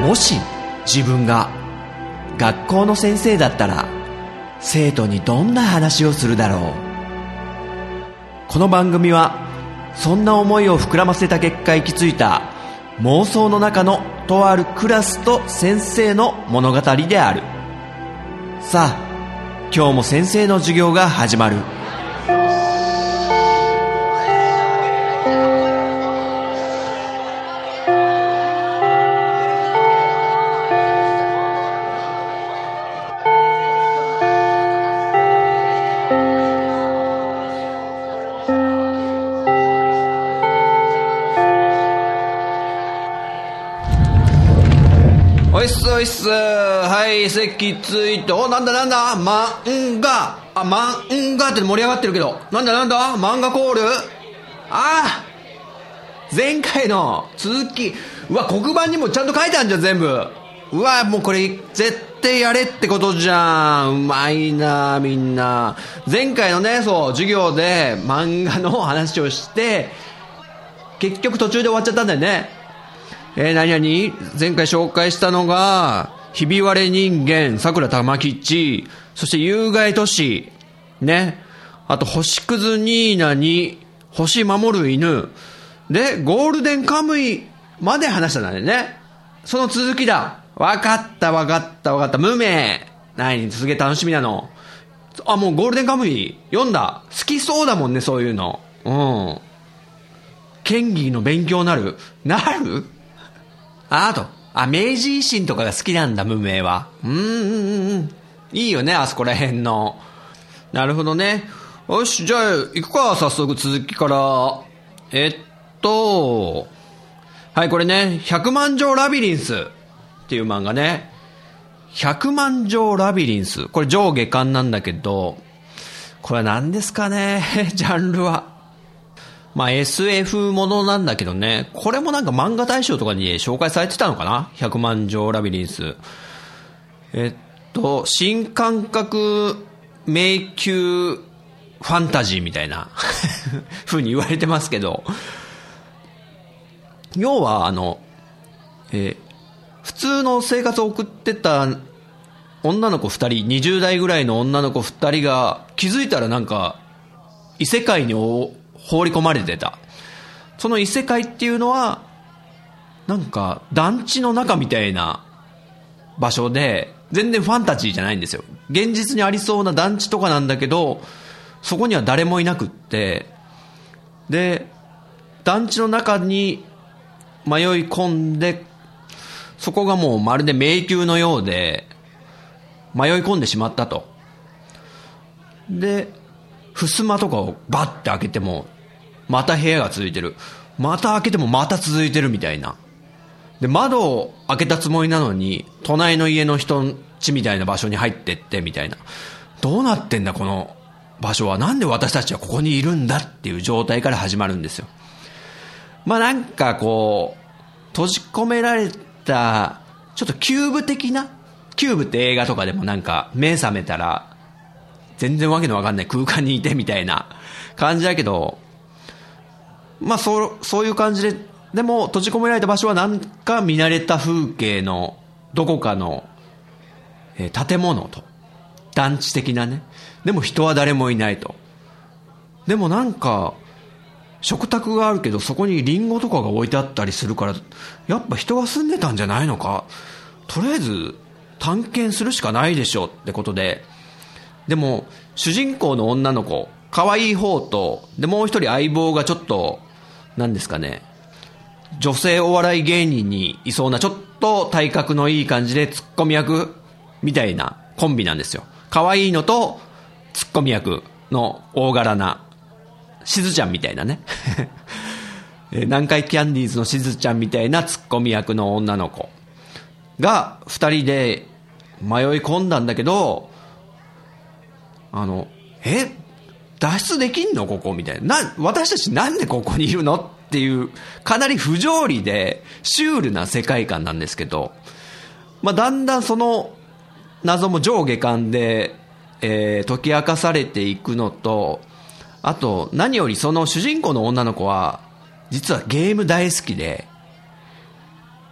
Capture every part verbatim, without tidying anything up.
もし自分が学校の先生だったら生徒にどんな話をするだろう。この番組はそんな思いを膨らませた結果行き着いた妄想の中のとあるクラスと先生の物語である。さあ今日も先生の授業が始まる。 おいっすおいっす。はい席ついて。おなんだなんだ漫画。あ漫画って盛り上がってるけど、なんだなんだ漫画コール。あー前回の続き。うわ黒板にもちゃんと書いてあるじゃん全部。うわもうこれ絶対やれってことじゃん。うまいなみんな。前回のねそう授業で漫画の話をして結局途中で終わっちゃったんだよね。えー、何々前回紹介したのがひび割れ人間さくらたまきち、そして有害都市ね、あと星屑ニーナに星守る犬でゴールデンカムイまで話したんだよね。その続きだ。わかったわかったわかった。無名何続け楽しみなの。あもうゴールデンカムイ読んだ。好きそうだもんねそういうの。うん剣技の勉強なるなるあと、あ、明治維新とかが好きなんだ、無名は。うーん、うん、うん。いいよね、あそこら辺の。なるほどね。よし、じゃあ、行くか、早速続きから。えっと、はい、これね、百万条ラビリンスっていう漫画ね。百万条ラビリンス。これ上下巻なんだけど、これは何ですかね、ジャンルは。まあ エスエフ ものなんだけどね、これもなんか漫画大賞とかに紹介されてたのかな。百万条ラビリンス。えっと新感覚迷宮ファンタジーみたいな風に言われてますけど、要はあの、えー、普通の生活を送ってた女の子ふたり、にじゅう代ぐらいの女の子ふたりが気づいたらなんか異世界に放り込まれてた。その異世界っていうのはなんか団地の中みたいな場所で、全然ファンタジーじゃないんですよ。現実にありそうな団地とかなんだけど、そこには誰もいなくって、で団地の中に迷い込んで、そこがもうまるで迷宮のようで迷い込んでしまったと。で襖とかをバッて開けてもまた部屋が続いてる、また開けてもまた続いてるみたいな。で窓を開けたつもりなのに隣の家の人ん家みたいな場所に入ってってみたいな。どうなってんだこの場所は。なんで私たちはここにいるんだっていう状態から始まるんですよ。まあなんかこう閉じ込められたちょっとキューブ的な、キューブって映画とかでもなんか目覚めたら全然わけのわかんない空間にいてみたいな感じだけど、まあそう、そういう感じで、でも閉じ込められた場所はなんか見慣れた風景のどこかの、えー、建物と団地的なね。でも人は誰もいないと。でもなんか食卓があるけどそこにリンゴとかが置いてあったりするから、やっぱ人が住んでたんじゃないのか。とりあえず探検するしかないでしょってことで。でも主人公の女の子可愛い方と、でもう一人相棒がちょっとなんですかね、女性お笑い芸人にいそうなちょっと体格のいい感じでツッコミ役みたいなコンビなんですよ。可愛いのとツッコミ役の大柄なしずちゃんみたいなね南海キャンディーズのしずちゃんみたいなツッコミ役の女の子がふたりで迷い込んだんだけど、あのえ脱出できんのここみたいな、な私たちなんでここにいるのっていうかなり不条理でシュールな世界観なんですけど、まあ、だんだんその謎も上下巻で、えー、解き明かされていくのと、あと何よりその主人公の女の子は実はゲーム大好きで、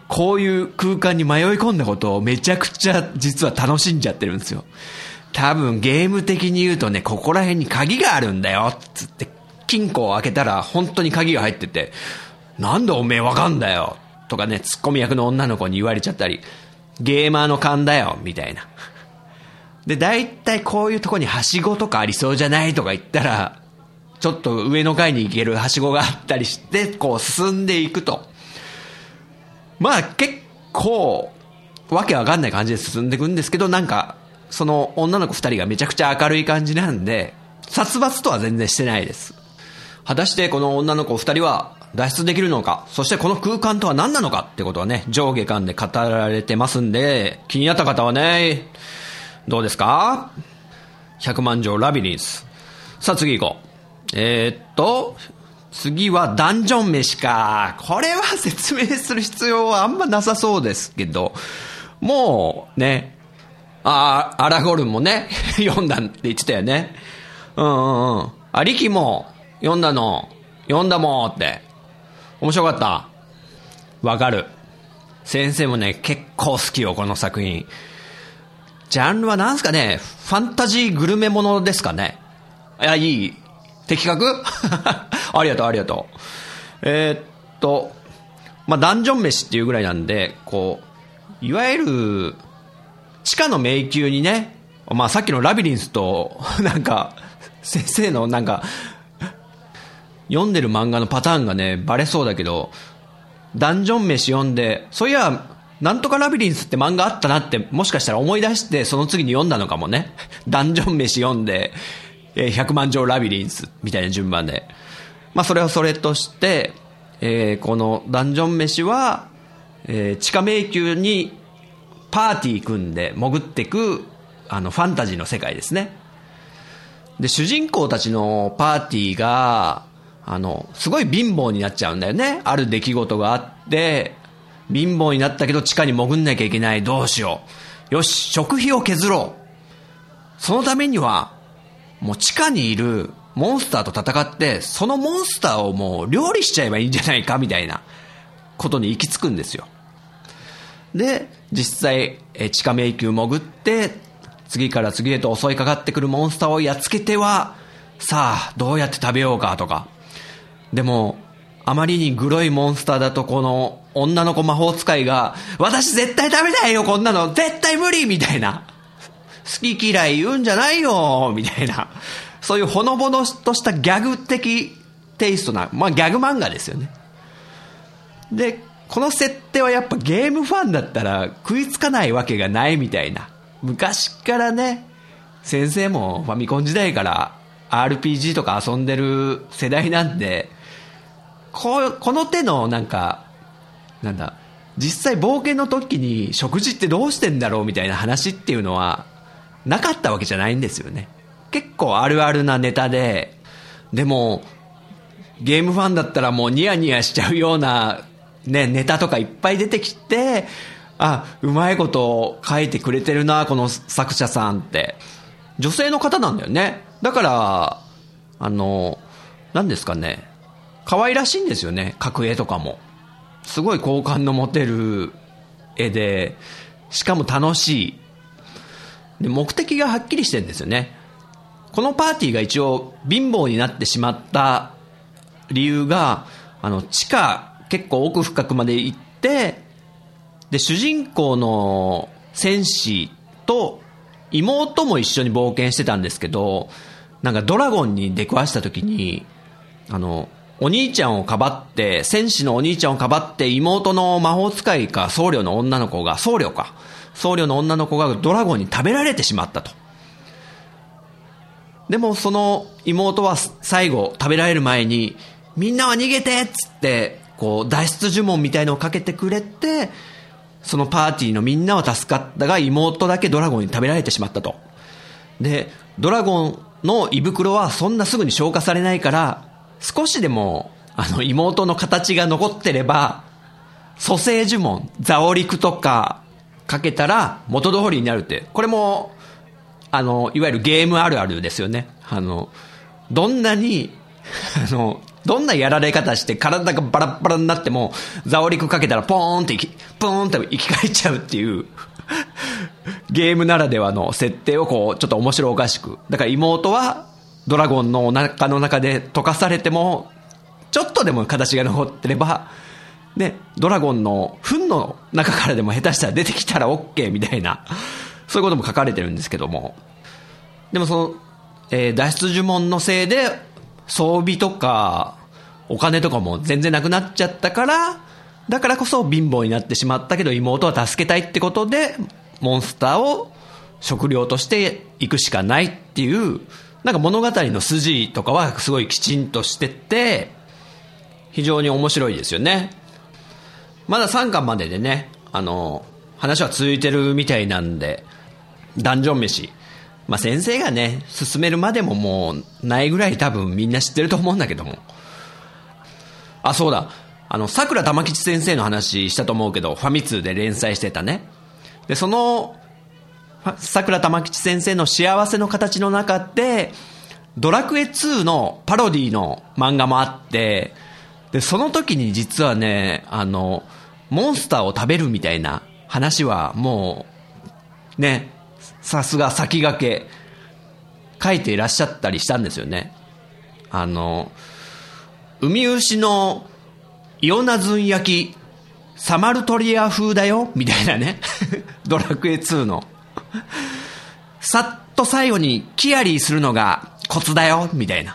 こういう空間に迷い込んだことをめちゃくちゃ実は楽しんじゃってるんですよ。多分ゲーム的に言うとね、ここら辺に鍵があるんだよつって金庫を開けたら本当に鍵が入ってて、なんでおめえわかんだよとかね、ツッコミ役の女の子に言われちゃったり、ゲーマーの勘だよみたいな。で、大体こういうとこにはしごとかありそうじゃないとか言ったら、ちょっと上の階に行けるはしごがあったりして、こう進んでいくと。まあ結構わけわかんない感じで進んでいくんですけど、なんかその女の子二人がめちゃくちゃ明るい感じなんで、殺伐とは全然してないです。果たしてこの女の子二人は脱出できるのか、そしてこの空間とは何なのかってことはね、上下巻で語られてますんで、気になった方はね、どうですか？百万城ラビリンス。さあ次行こう。えー、っと次はダンジョン飯か。これは説明する必要はあんまなさそうですけど、もうね、あアラゴルンもね読んだって言ってたよね。うんうんうん。あリキも読んだの読んだもんって面白かった。わかる。先生もね結構好きよこの作品。ジャンルはなんすかね、ファンタジーグルメものですかね。いやいい的確ありがとうありがとう。えー、っとまあダンジョン飯っていうぐらいなんで、こういわゆる地下の迷宮にね、まあさっきのラビリンスとなんか先生のなんか読んでる漫画のパターンがねバレそうだけど、ダンジョン飯読んで、そういやなんとかラビリンスって漫画あったなってもしかしたら思い出して、その次に読んだのかもね。ダンジョン飯読んで、えー、百万城ラビリンスみたいな順番で、まあそれはそれとして、えー、このダンジョン飯は、えー、地下迷宮にパーティー組んで潜ってくあのファンタジーの世界ですね。で主人公たちのパーティーがあのすごい貧乏になっちゃうんだよね。ある出来事があって貧乏になったけど地下に潜んなきゃいけない。どうしよう。よし食費を削ろう。そのためにはもう地下にいるモンスターと戦って、そのモンスターをもう料理しちゃえばいいんじゃないかみたいなことに行き着くんですよ。で実際え地下迷宮潜って次から次へと襲いかかってくるモンスターをやっつけては、さあどうやって食べようかとか。でもあまりにグロいモンスターだと、この女の子魔法使いが私絶対食べないよこんなの絶対無理みたいな、好き嫌い言うんじゃないよみたいな、そういうほのぼのとしたギャグ的テイストな、まあギャグ漫画ですよね。でこの設定はやっぱゲームファンだったら食いつかないわけがないみたいな、昔からね先生もファミコン時代から アールピージー とか遊んでる世代なんで、こ, この手のなんかなんだ実際冒険の時に食事ってどうしてんだろうみたいな話っていうのはなかったわけじゃないんですよね。結構あるあるなネタで、でもゲームファンだったらもうニヤニヤしちゃうような、ね、ネタとかいっぱい出てきて、あうまいこと書いてくれてるなこの作者さんって。女性の方なんだよね。だからあの何ですかね、可愛らしいんですよね。描く絵とかもすごい好感の持てる絵で、しかも楽しいで、目的がはっきりしてるんですよね。このパーティーが一応貧乏になってしまった理由が、あの地下結構奥深くまで行って、で主人公の戦士と妹も一緒に冒険してたんですけど、なんかドラゴンに出くわした時に、あのお兄ちゃんをかばって、戦士のお兄ちゃんをかばって妹の魔法使いか僧侶の女の子が僧侶か僧侶の女の子がドラゴンに食べられてしまったと。でもその妹は最後食べられる前に、みんなは逃げてっつってこう脱出呪文みたいのをかけてくれて、そのパーティーのみんなは助かったが、妹だけドラゴンに食べられてしまったと。でドラゴンの胃袋はそんなすぐに消化されないから、少しでもあの妹の形が残ってれば蘇生呪文ザオリクとかかけたら元通りになるって。これもあのいわゆるゲームあるあるですよね。あのどんなにあのどんなやられ方して体がバラッバラになっても、ザオリクかけたらポーンって生き、ポーンって生き返っちゃうっていう、ゲームならではの設定をこう、ちょっと面白おかしく。だから妹は、ドラゴンのお腹の中で溶かされても、ちょっとでも形が残ってれば、ね、ドラゴンの糞の中からでも下手したら出てきたら OK みたいな、そういうことも書かれてるんですけども。でもその、えー、脱出呪文のせいで、装備とか、お金とかも全然なくなっちゃったから、だからこそ貧乏になってしまったけど、妹は助けたいってことで、モンスターを食料としていくしかないっていう、なんか物語の筋とかはすごいきちんとしてて、非常に面白いですよね。まださんかんまででね、あの、話は続いてるみたいなんで、ダンジョン飯。まあ、先生がね、進めるまでももうないぐらい多分みんな知ってると思うんだけども。あ、そうだ。あの、桜玉吉先生の話したと思うけど、ファミ通で連載してたね。で、その、桜玉吉先生の幸せの形の中で、ドラクエツーのパロディの漫画もあって、で、その時に実はね、あの、モンスターを食べるみたいな話はもう、ね、さすが先駆け、書いていらっしゃったりしたんですよね。あの、海牛のイオナズン焼き、サマルトリア風だよ、みたいなね。ドラクエツーの。さっと最後にキアリーするのがコツだよ、みたいな。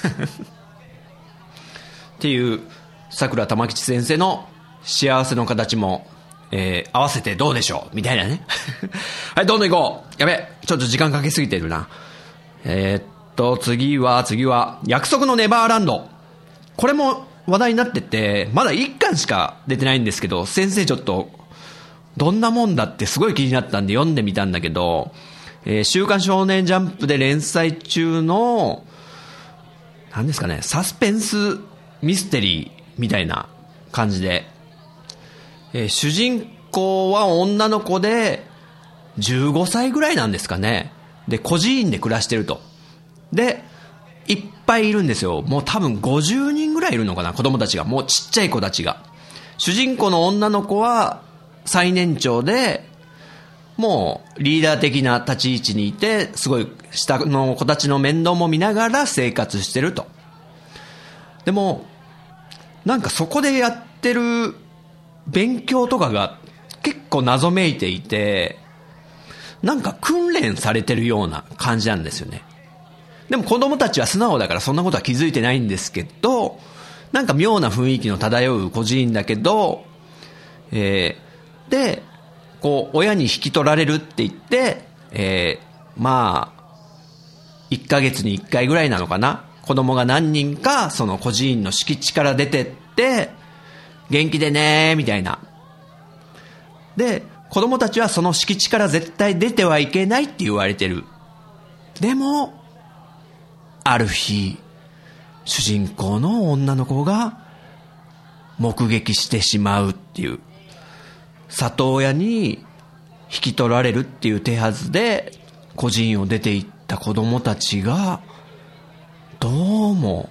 っていう桜玉吉先生の幸せの形も、えー、合わせてどうでしょうみたいなね。はい、どんどん行こう。やべ、ちょっと時間かけすぎてるな。えー、っと次は次は約束のネバーランド。これも話題になってて、まだいっかんしか出てないんですけど、先生ちょっとどんなもんだってすごい気になったんで読んでみたんだけど、えー、週刊少年ジャンプで連載中の何ですかね、サスペンスミステリーみたいな感じで、えー、主人公は女の子でじゅうごさいぐらいなんですかね。で、孤児院で暮らしてると。で、いっぱいいるんですよ。もう多分ごじゅうにんぐらいいるのかな、子供たちが。もうちっちゃい子たちが。主人公の女の子は最年長で、もうリーダー的な立ち位置にいて、すごい下の子たちの面倒も見ながら生活してると。でもなんかそこでやってる勉強とかが結構謎めいていて、なんか訓練されてるような感じなんですよね。でも子供たちは素直だからそんなことは気づいてないんですけど、なんか妙な雰囲気の漂う孤児院だけど、えー、でこう親に引き取られるって言って、えー、まあいっかげつにいっかいぐらいなのかな、子供が何人かその孤児院の敷地から出てって元気でねーみたいな。で子供たちはその敷地から絶対出てはいけないって言われてる。でもある日主人公の女の子が目撃してしまうっていう、里親に引き取られるっていう手はずで孤児院を出て行った子供たちがどうも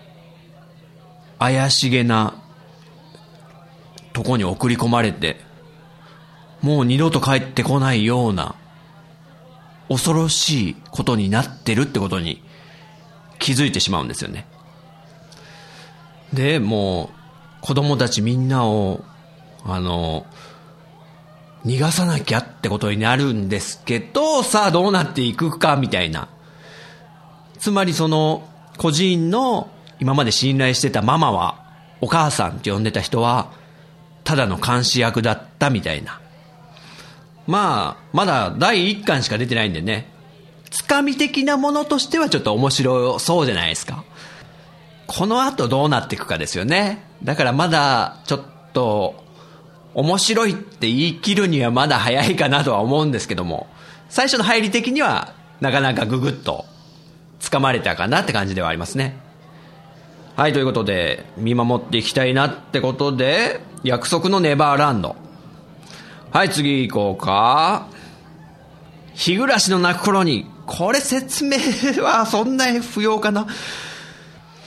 怪しげなとこに送り込まれて、もう二度と帰ってこないような恐ろしいことになってるってことに気づいてしまうんですよね。でもう子供たちみんなをあの逃がさなきゃってことになるんですけど、さあどうなっていくかみたいな。つまりその孤児院の今まで信頼してたママは、お母さんって呼んでた人はただの監視役だったみたいな。まあまだだいいっかんしか出てないんでね、つかみ的なものとしてはちょっと面白そうじゃないですか。この後どうなっていくかですよね。だからまだちょっと面白いって言い切るにはまだ早いかなとは思うんですけども、最初の入り的にはなかなかググッと掴まれたかなって感じではありますね。はい、ということで見守っていきたいなってことで、約束のネバーランド。はい、次行こうか。日暮らしの泣く頃に。これ説明はそんな不要かな。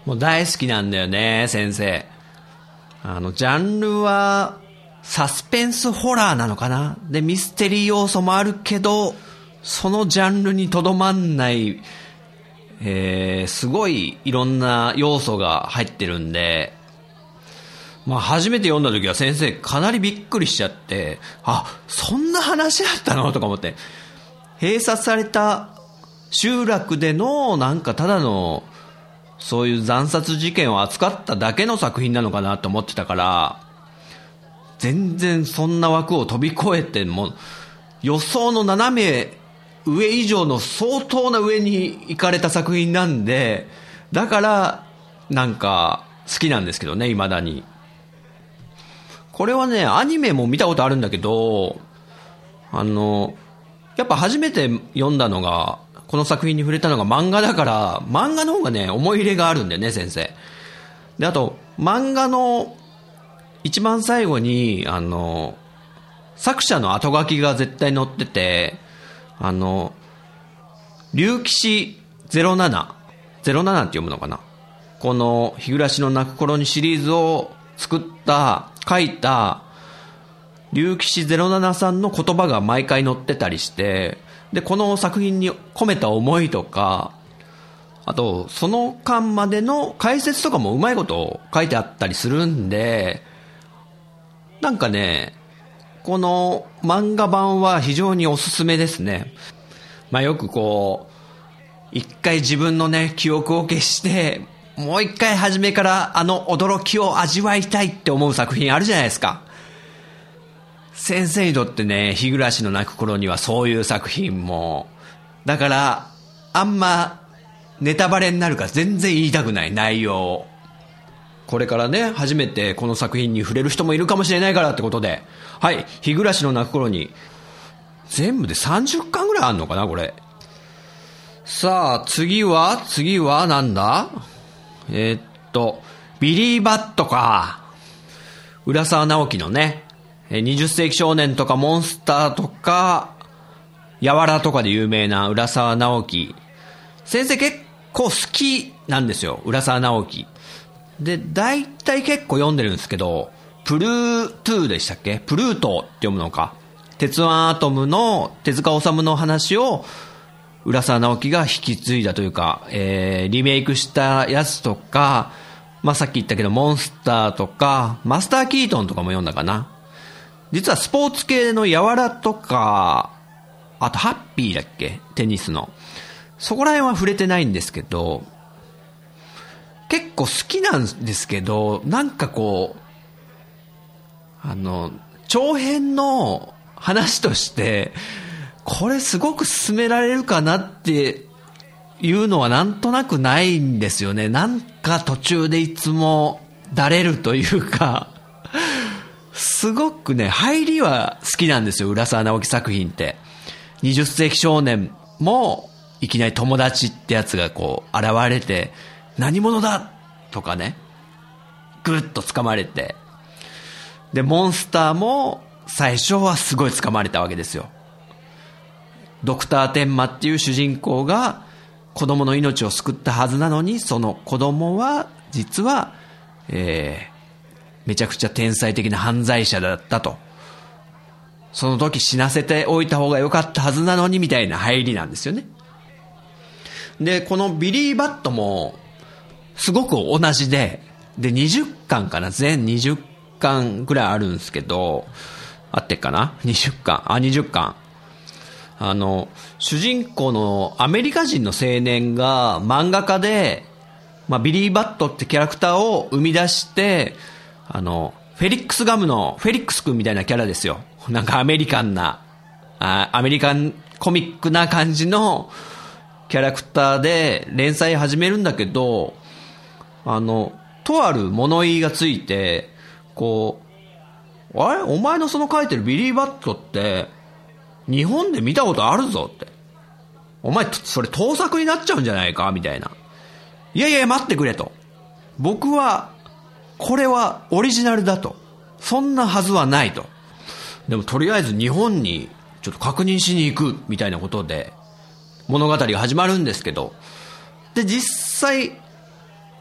もう大好きなんだよね、先生。あの、ジャンルは、サスペンスホラーなのかな。で、ミステリー要素もあるけど、そのジャンルにとどまんない、えー、すごいいろんな要素が入ってるんで、まあ初めて読んだ時は先生かなりびっくりしちゃって、あ、そんな話だったのとか思って、閉鎖された集落でのなんかただのそういう惨殺事件を扱っただけの作品なのかなと思ってたから、全然そんな枠を飛び越えても予想の斜め上以上の相当な上に行かれた作品なんで、だからなんか好きなんですけどね、未だに。これはね、アニメも見たことあるんだけど、あのやっぱ初めて読んだのが、この作品に触れたのが漫画だから、漫画の方がね思い入れがあるんだよね、先生。で、あと漫画の一番最後にあの作者の後書きが絶対載ってて、あの竜騎士ゼロなな ゼロななって読むのかな、この日暮らしの泣く頃にシリーズを作った書いた竜騎士ゼロななさんの言葉が毎回載ってたりして、でこの作品に込めた思いとか、あとその間までの解説とかもうまいこと書いてあったりするんで、なんかね、この漫画版は非常におすすめですね。まあよくこう一回自分のね記憶を消してもう一回初めからあの驚きを味わいたいって思う作品あるじゃないですか。先生にとってね、日暮らしの泣く頃にはそういう作品も、だからあんまネタバレになるから全然言いたくない内容。これからね初めてこの作品に触れる人もいるかもしれないからってことで、はい、日暮らしの泣く頃に全部でさんじゅっかんぐらいあんのかなこれ。さあ次は次はなんだ、えー、っとビリーバットか。浦沢直樹のね、はたち世紀少年とかモンスターとかやわらとかで有名な浦沢直樹先生、結構好きなんですよ、浦沢直樹で。大体結構読んでるんですけど、プルートゥーでしたっけ、プルートって読むのか、鉄腕アトムの手塚治虫の話を浦沢直樹が引き継いだというか、えー、リメイクしたやつとか、まあ、さっき言ったけどモンスターとかマスター・キートンとかも読んだかな。実はスポーツ系のやわらとか、あとハッピーだっけ、テニスの、そこら辺は触れてないんですけど、結構好きなんですけど、なんかこうあの長編の話としてこれすごく進められるかなっていうのはなんとなくないんですよね。なんか途中でいつもだれるというかすごくね入りは好きなんですよ、浦沢直樹作品って。はたち世紀少年もいきなり友達ってやつがこう現れて何者だとかね、ぐっと掴まれて、でモンスターも最初はすごい掴まれたわけですよ。ドクター天馬っていう主人公が子供の命を救ったはずなのに、その子供は実は、えーめちゃくちゃ天才的な犯罪者だったと、その時死なせておいた方が良かったはずなのにみたいな入りなんですよね。でこのビリーバットもすごく同じで、でにじゅっかんかな、全にじゅっかんぐらいあるんですけど、あってっかな、にじゅっかん、あにじゅっかん、あの主人公のアメリカ人の青年が漫画家で、まあ、ビリーバットってキャラクターを生み出して、あのフェリックスガムのフェリックス君みたいなキャラですよ。なんかアメリカンなあアメリカンコミックな感じのキャラクターで連載始めるんだけど、あのとある物言いがついて、こうあれお前のその書いてるビリーバットって日本で見たことあるぞって、お前それ盗作になっちゃうんじゃないかみたいな。いやいや待ってくれと、僕はこれはオリジナルだと、そんなはずはないと。でもとりあえず日本にちょっと確認しに行くみたいなことで物語が始まるんですけど、で実際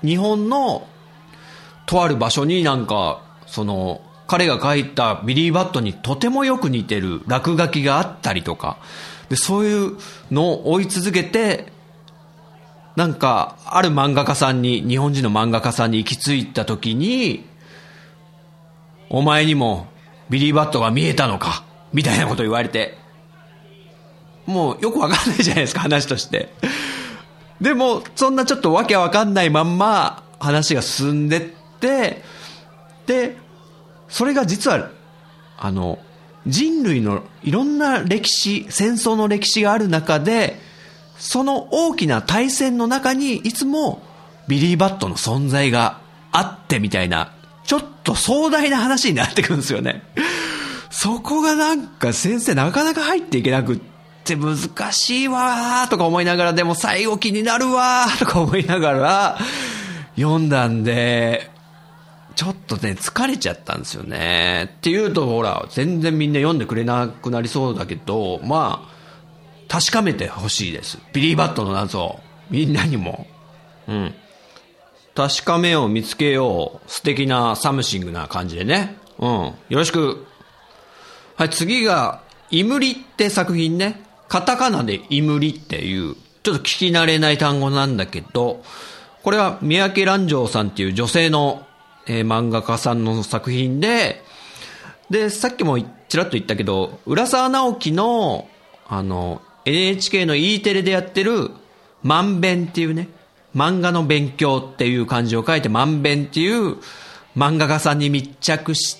日本のとある場所になんかその彼が書いたビリー・バットにとてもよく似てる落書きがあったりとかで、そういうのを追い続けて、なんかある漫画家さんに、日本人の漫画家さんに行き着いた時に、お前にもビリー・バットが見えたのかみたいなこと言われて、もうよくわかんないじゃないですか、話として。でもそんなちょっとわけわかんないまんま話が進んでって、でそれが実はあの人類のいろんな歴史、戦争の歴史がある中で、その大きな大戦の中にいつもビリー・バットの存在があってみたいな、ちょっと壮大な話になってくるんですよね。そこがなんか先生なかなか入っていけなくって難しいわーとか思いながら、でも最後気になるわーとか思いながら読んだんで、ちょっとね疲れちゃったんですよね。っていうとほら全然みんな読んでくれなくなりそうだけど、まあ確かめてほしいです。ビリー・バットの謎みんなにも、うん、確かめよう、見つけよう、素敵なサムシングな感じでね、うん、よろしく。はい、次がイムリって作品ね。カタカナでイムリっていうちょっと聞き慣れない単語なんだけど、これは三宅蘭城さんっていう女性のえー、漫画家さんの作品で、で、さっきもちらっと言ったけど、浦沢直樹の、あの、エヌエイチケー の E テレでやってる、漫勉っていうね、漫画の勉強っていう漢字を書いて漫勉っていう漫画家さんに密着して、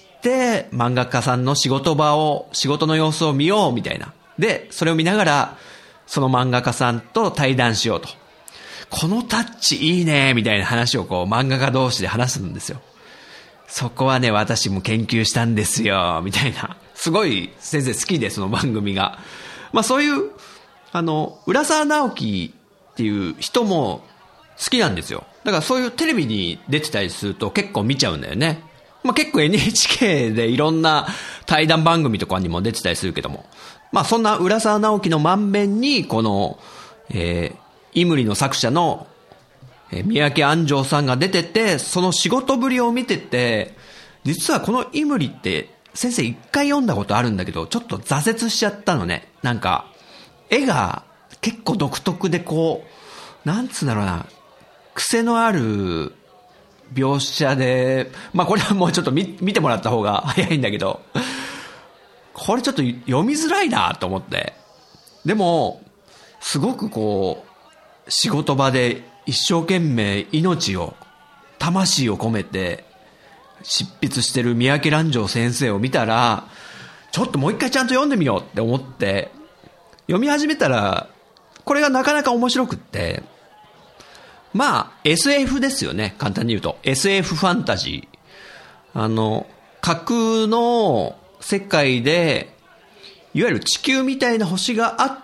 漫画家さんの仕事場を、仕事の様子を見ようみたいな。で、それを見ながら、その漫画家さんと対談しようと。このタッチいいねみたいな話をこう漫画家同士で話すんですよ。そこはね私も研究したんですよみたいな、すごい先生好きでその番組が、まあそういうあの浦沢直樹っていう人も好きなんですよ。だからそういうテレビに出てたりすると結構見ちゃうんだよね。まあ結構 エヌエイチケー でいろんな対談番組とかにも出てたりするけども、まあそんな浦沢直樹の満面にこの、えー、イムリの作者の三宅安城さんが出てて、その仕事ぶりを見てて、実はこのイムリって先生一回読んだことあるんだけど、ちょっと挫折しちゃったのね。なんか絵が結構独特で、こうなんつうんだろうな、癖のある描写で、まあこれはもうちょっと 見, 見てもらった方が早いんだけど、これちょっと読みづらいなと思って。でもすごくこう仕事場で一生懸命命を魂を込めて執筆してる三宅蘭城先生を見たら、ちょっともう一回ちゃんと読んでみようって思って読み始めたら、これがなかなか面白くって、まあ エスエフ ですよね、簡単に言うと エスエフ ファンタジー。あの架空の世界でいわゆる地球みたいな星があって、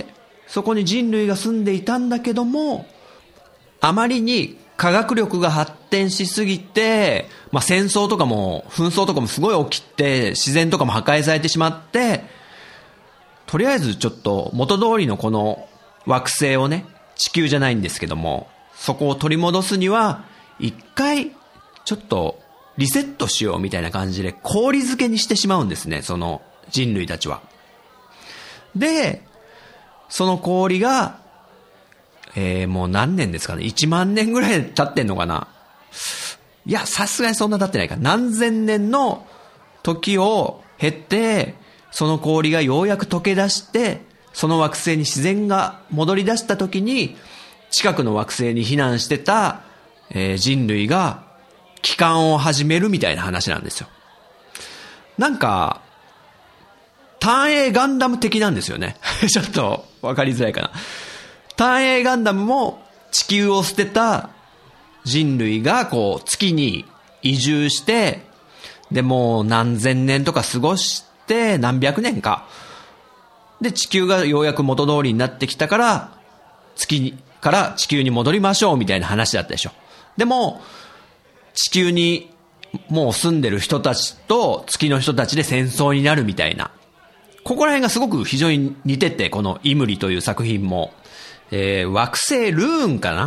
そこに人類が住んでいたんだけども、あまりに科学力が発展しすぎて、まあ、戦争とかも紛争とかもすごい起きて、自然とかも破壊されてしまって、とりあえずちょっと元通りのこの惑星をね、地球じゃないんですけども、そこを取り戻すには一回ちょっとリセットしようみたいな感じで氷漬けにしてしまうんですね、その人類たちは。でその氷がえー、もう何年ですかね、いちまんねんぐらい経ってんのかな。いやさすがにそんな経ってないか、何千年の時を経て、その氷がようやく溶け出して、その惑星に自然が戻り出した時に、近くの惑星に避難してた、えー、人類が帰還を始めるみたいな話なんですよ。なんか単影ガンダム的なんですよね。ちょっと分かりづらいかな。単影ガンダムも地球を捨てた人類がこう月に移住して、でもう何千年とか過ごして何百年かで地球がようやく元通りになってきたから、月にから地球に戻りましょうみたいな話だったでしょ。でも地球にもう住んでる人たちと月の人たちで戦争になるみたいな、ここら辺がすごく非常に似てて、このイムリという作品も、えー、惑星ルーンかな、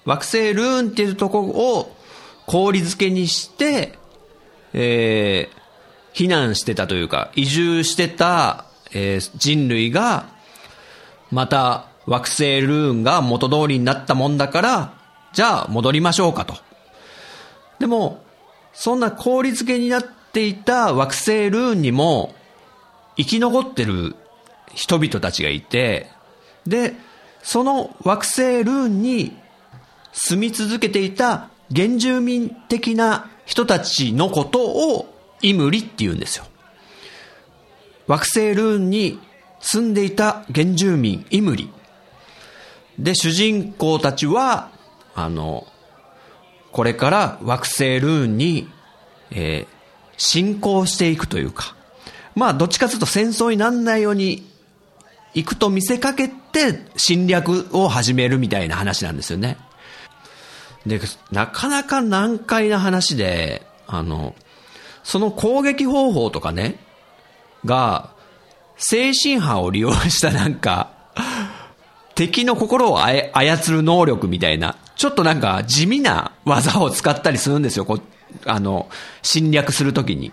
惑星ルーンっていうところを氷漬けにして、えー、避難してたというか、移住してた、えー、人類が、また惑星ルーンが元通りになったもんだから、じゃあ戻りましょうかと。でも、そんな氷漬けになっていた惑星ルーンにも、生き残ってる人々たちがいて、で、その惑星ルーンに住み続けていた原住民的な人たちのことをイムリって言うんですよ。惑星ルーンに住んでいた原住民イムリで、主人公たちはあのこれから惑星ルーンに、えー、侵攻していくというか、まあどっちかというと戦争にならないように行くと見せかけて侵略を始めるみたいな話なんですよね。で、なかなか難解な話で、あのその攻撃方法とかねが精神波を利用したなんか敵の心をあや操る能力みたいな、ちょっとなんか地味な技を使ったりするんですよ、こあの侵略するときに。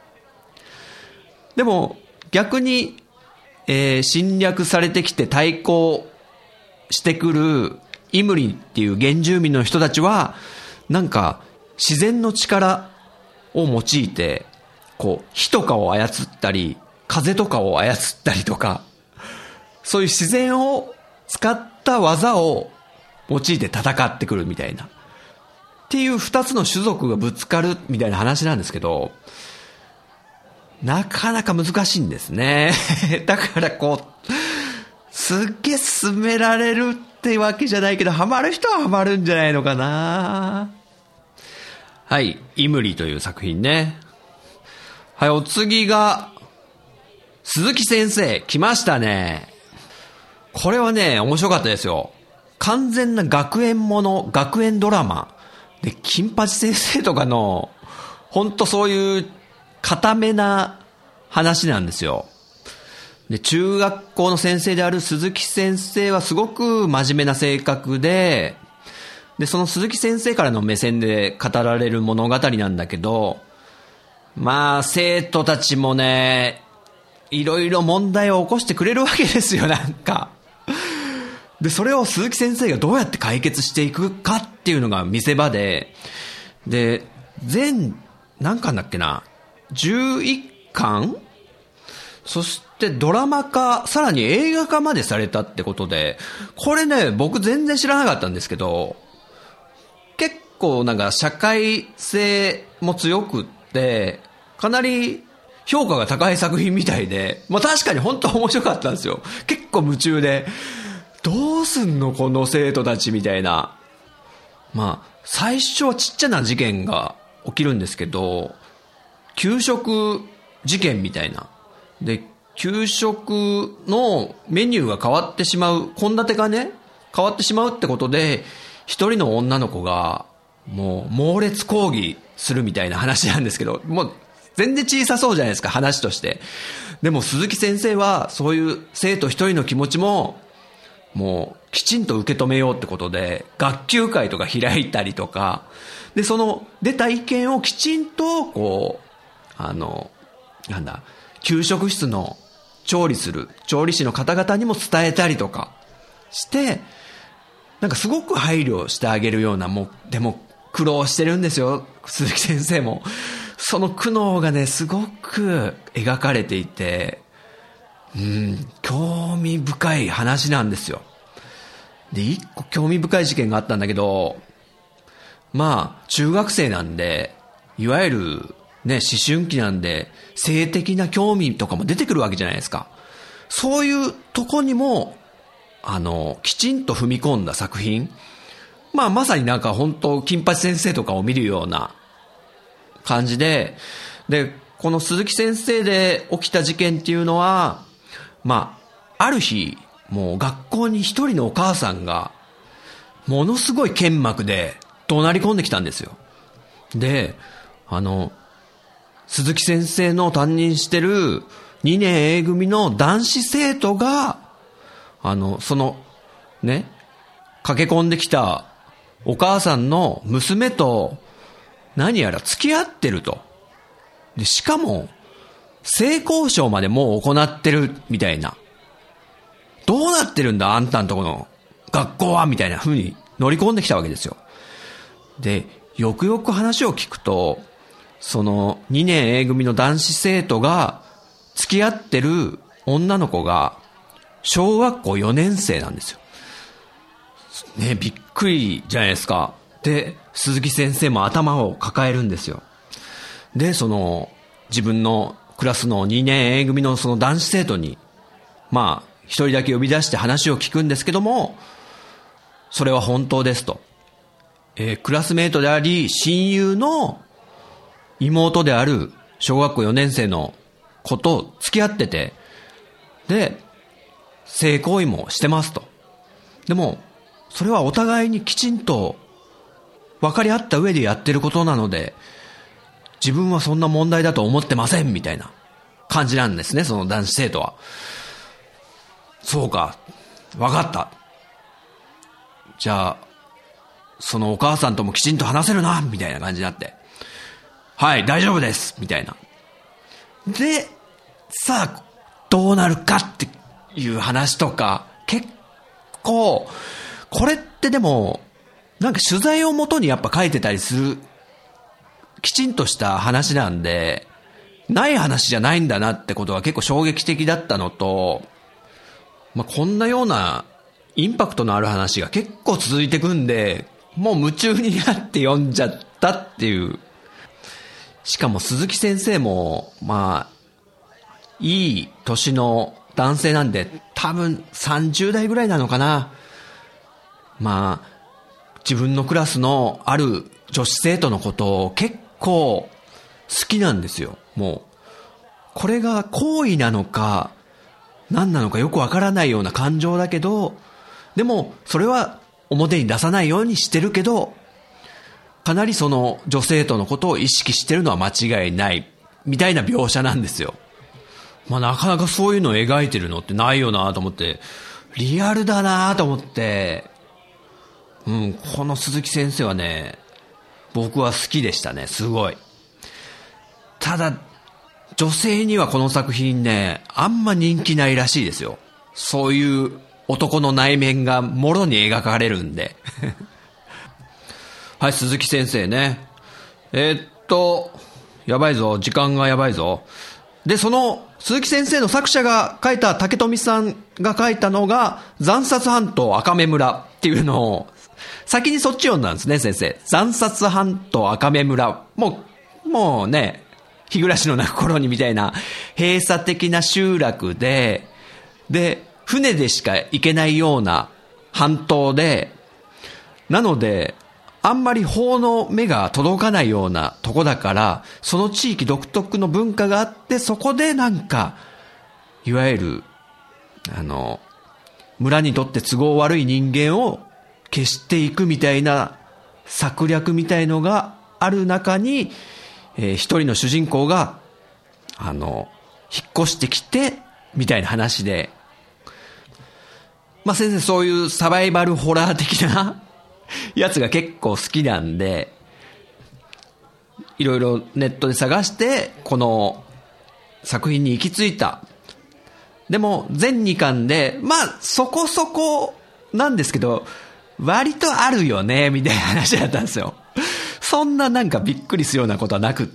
でも逆に、えー、侵略されてきて対抗してくるイムリっていう原住民の人たちはなんか自然の力を用いてこう火とかを操ったり風とかを操ったりとか、そういう自然を使った技を用いて戦ってくるみたいなっていう二つの種族がぶつかるみたいな話なんですけど、なかなか難しいんですね。だからこうすっげえ進められるってわけじゃないけど、ハマる人はハマるんじゃないのかな。はい、イムリという作品ね。はい、お次が鈴木先生来ましたね。これはね面白かったですよ。完全な学園もの、学園ドラマで、金八先生とかのほんとそういう固めな話なんですよ。で、中学校の先生である鈴木先生はすごく真面目な性格で、でその鈴木先生からの目線で語られる物語なんだけど、まあ生徒たちもねいろいろ問題を起こしてくれるわけですよ、なんか。でそれを鈴木先生がどうやって解決していくかっていうのが見せ場で、で全何巻だっけな、じゅういっかん、そしてドラマ化、さらに映画化までされたってことで、これね僕全然知らなかったんですけど、結構なんか社会性も強くってかなり評価が高い作品みたいで、まあ確かに本当面白かったんですよ。結構夢中で、どうすんのこの生徒たちみたいな。まあ最初はちっちゃな事件が起きるんですけど、給食事件みたいなで、給食のメニューが変わってしまう、献立がね変わってしまうってことで、一人の女の子がもう猛烈抗議するみたいな話なんですけど、もう全然小さそうじゃないですか話として。でも鈴木先生はそういう生徒一人の気持ちももうきちんと受け止めようってことで学級会とか開いたりとかで、その出た意見をきちんとこうあのなんだ給食室の調理する調理師の方々にも伝えたりとかして、なんかすごく配慮してあげるような、もうでも苦労してるんですよ鈴木先生も。その苦悩がねすごく描かれていて、うん、興味深い話なんですよ。で一個興味深い事件があったんだけど、まあ中学生なんで、いわゆるね思春期なんで性的な興味とかも出てくるわけじゃないですか。そういうとこにもあのきちんと踏み込んだ作品、まあまさになんか本当金八先生とかを見るような感じで、でこの鈴木先生で起きた事件っていうのは、まあある日もう学校に一人のお母さんがものすごい剣幕で怒鳴り込んできたんですよ。であの鈴木先生の担任してるにねん A 組の男子生徒があのそのね駆け込んできたお母さんの娘と何やら付き合ってると。で、しかも、性交渉までもう行ってるみたいな。どうなってるんだあんたんとこの学校はみたいな風に乗り込んできたわけですよ。で、よくよく話を聞くと、そのにねん A 組の男子生徒が付き合ってる女の子が小学校よねん生なんですよ。ね、びっくりじゃないですか。で、鈴木先生も頭を抱えるんですよ。で、その自分のクラスのにねん A 組のその男子生徒に、まあ一人だけ呼び出して話を聞くんですけども、それは本当ですと。えー、クラスメートであり親友の妹である小学校よねん生の子と付き合ってて、で、性行為もしてますと。でも、それはお互いにきちんと分かり合った上でやってることなので、自分はそんな問題だと思ってませんみたいな感じなんですね、その男子生徒は。そうか、分かった。じゃあ、そのお母さんともきちんと話せるなみたいな感じになって、はい大丈夫ですみたいな。で、さあどうなるかっていう話とか、結構これってでもなんか取材をもとにやっぱ書いてたりするきちんとした話なんで、ない話じゃないんだなってことが結構衝撃的だったのと、まあ、こんなようなインパクトのある話が結構続いてくんで、もう夢中になって読んじゃったっていう。しかも鈴木先生もまあいい年の男性なんで、多分さんじゅう代ぐらいなのかな。まあ自分のクラスのある女子生徒のことを結構好きなんですよ。もうこれが好意なのか何なのかよくわからないような感情だけど、でもそれは表に出さないようにしてるけど、かなりその女性とのことを意識してるのは間違いないみたいな描写なんですよ。まあなかなかそういうのを描いてるのってないよなと思って、リアルだなと思って、うん、この鈴木先生はね、僕は好きでしたね、すごい。ただ女性にはこの作品ね、あんま人気ないらしいですよ。そういう男の内面がもろに描かれるんではい、鈴木先生ね。えー、っとやばいぞ、時間がやばいぞ。で、その鈴木先生の作者が書いた、竹富さんが書いたのが惨殺半島赤目村っていうのを、先にそっち読んだんですね、先生。惨殺半島赤目村、もうもうね、日暮らしの泣く頃にみたいな閉鎖的な集落で、で船でしか行けないような半島で、なのであんまり法の目が届かないようなとこだから、その地域独特の文化があって、そこでなんかいわゆるあの村にとって都合悪い人間を消していくみたいな策略みたいのがある中に、えー、一人の主人公があの引っ越してきてみたいな話で、まあ先生そういうサバイバルホラー的なやつが結構好きなんで、いろいろネットで探してこの作品に行き着いた。でも全にかんでまあそこそこなんですけど、割とあるよねみたいな話だったんですよ。そんななんかびっくりするようなことはなくって、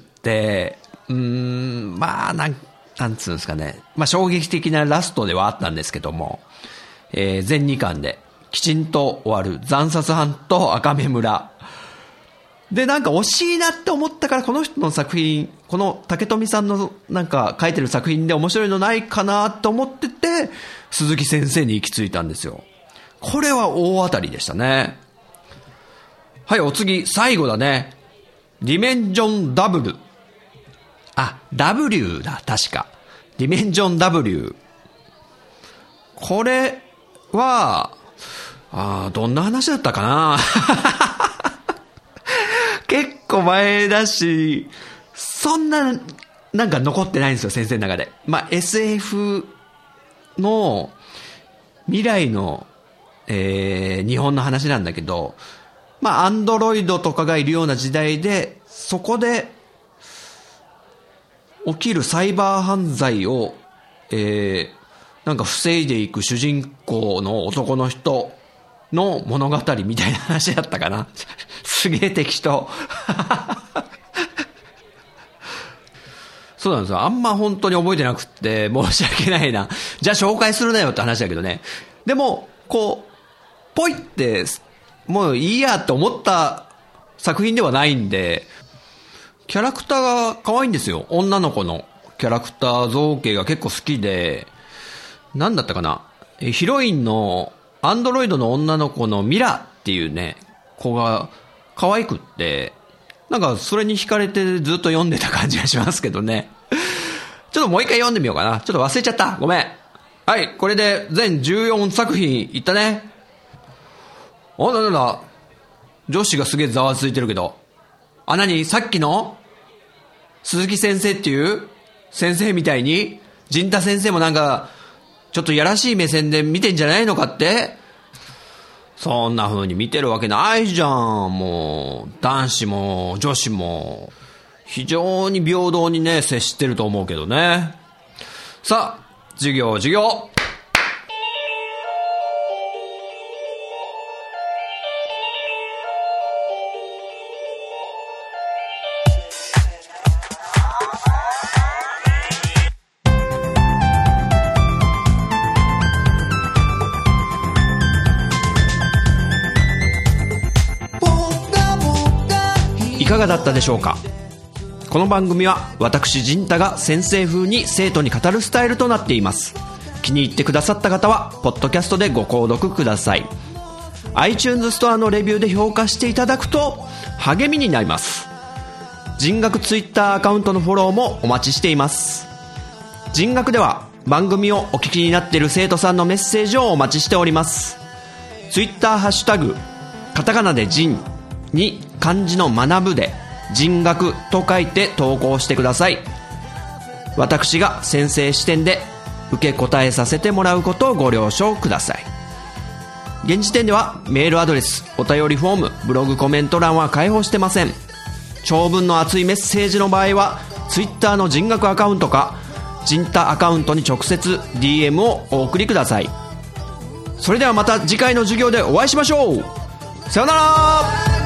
うーん、まあなんなんつうんですかね、まあ衝撃的なラストではあったんですけども、えー、全にかんできちんと終わる惨殺犯と赤目村で、なんか惜しいなって思ったから、この人の作品、この竹富さんのなんか書いてる作品で面白いのないかなと思ってて、鈴木先生に行き着いたんですよ。これは大当たりでしたね。はい、お次最後だね。ディメンジョン W。 あ、 W だ、確かディメンジョン W。 これはあ、どんな話だったかな結構前だし、そんななんか残ってないんですよ、先生の中で。まあ エスエフ の未来の、えー、日本の話なんだけど、 まあアンドロイドとかがいるような時代で、そこで起きるサイバー犯罪を、えー、なんか防いでいく主人公の男の人の物語みたいな話だったかな。すげえ適当。そうなんですよ。あんま本当に覚えてなくって申し訳ないな。じゃあ紹介するなよって話だけどね。でもこうポイってもういいやって思った作品ではないんで、キャラクターが可愛いんですよ。女の子のキャラクター造形が結構好きで、なんだったかな、ヒロインのアンドロイドの女の子のミラっていうね子が可愛くって、なんかそれに惹かれてずっと読んでた感じがしますけどね。ちょっともう一回読んでみようかな。ちょっと忘れちゃった。ごめん。はい、これで全じゅうよんさく品いったね。あ、なんだなんだ。女子がすげえざわついてるけど。あ、なにさっきの鈴木先生っていう先生みたいに陣太先生もなんかちょっとやらしい目線で見てんじゃないのかって。そんな風に見てるわけないじゃん。もう男子も女子も非常に平等にね接してると思うけどね。さあ授業授業。いかがだったでしょうか。この番組は私陣太が先生風に生徒に語るスタイルとなっています。気に入ってくださった方はポッドキャストでご購読ください。 iTunes ストアのレビューで評価していただくと励みになります。人学ツイッターアカウントのフォローもお待ちしています。人学では番組をお聞きになっている生徒さんのメッセージをお待ちしております。ツイッターハッシュタグカタカナで人に漢字の学ぶで人学と書いて投稿してください。私が先生視点で受け答えさせてもらうことをご了承ください。現時点ではメールアドレス、お便りフォーム、ブログコメント欄は開放してません。長文の熱いメッセージの場合はツイッターの人学アカウントか人太アカウントに直接 ディーエム をお送りください。それではまた次回の授業でお会いしましょう。さよなら。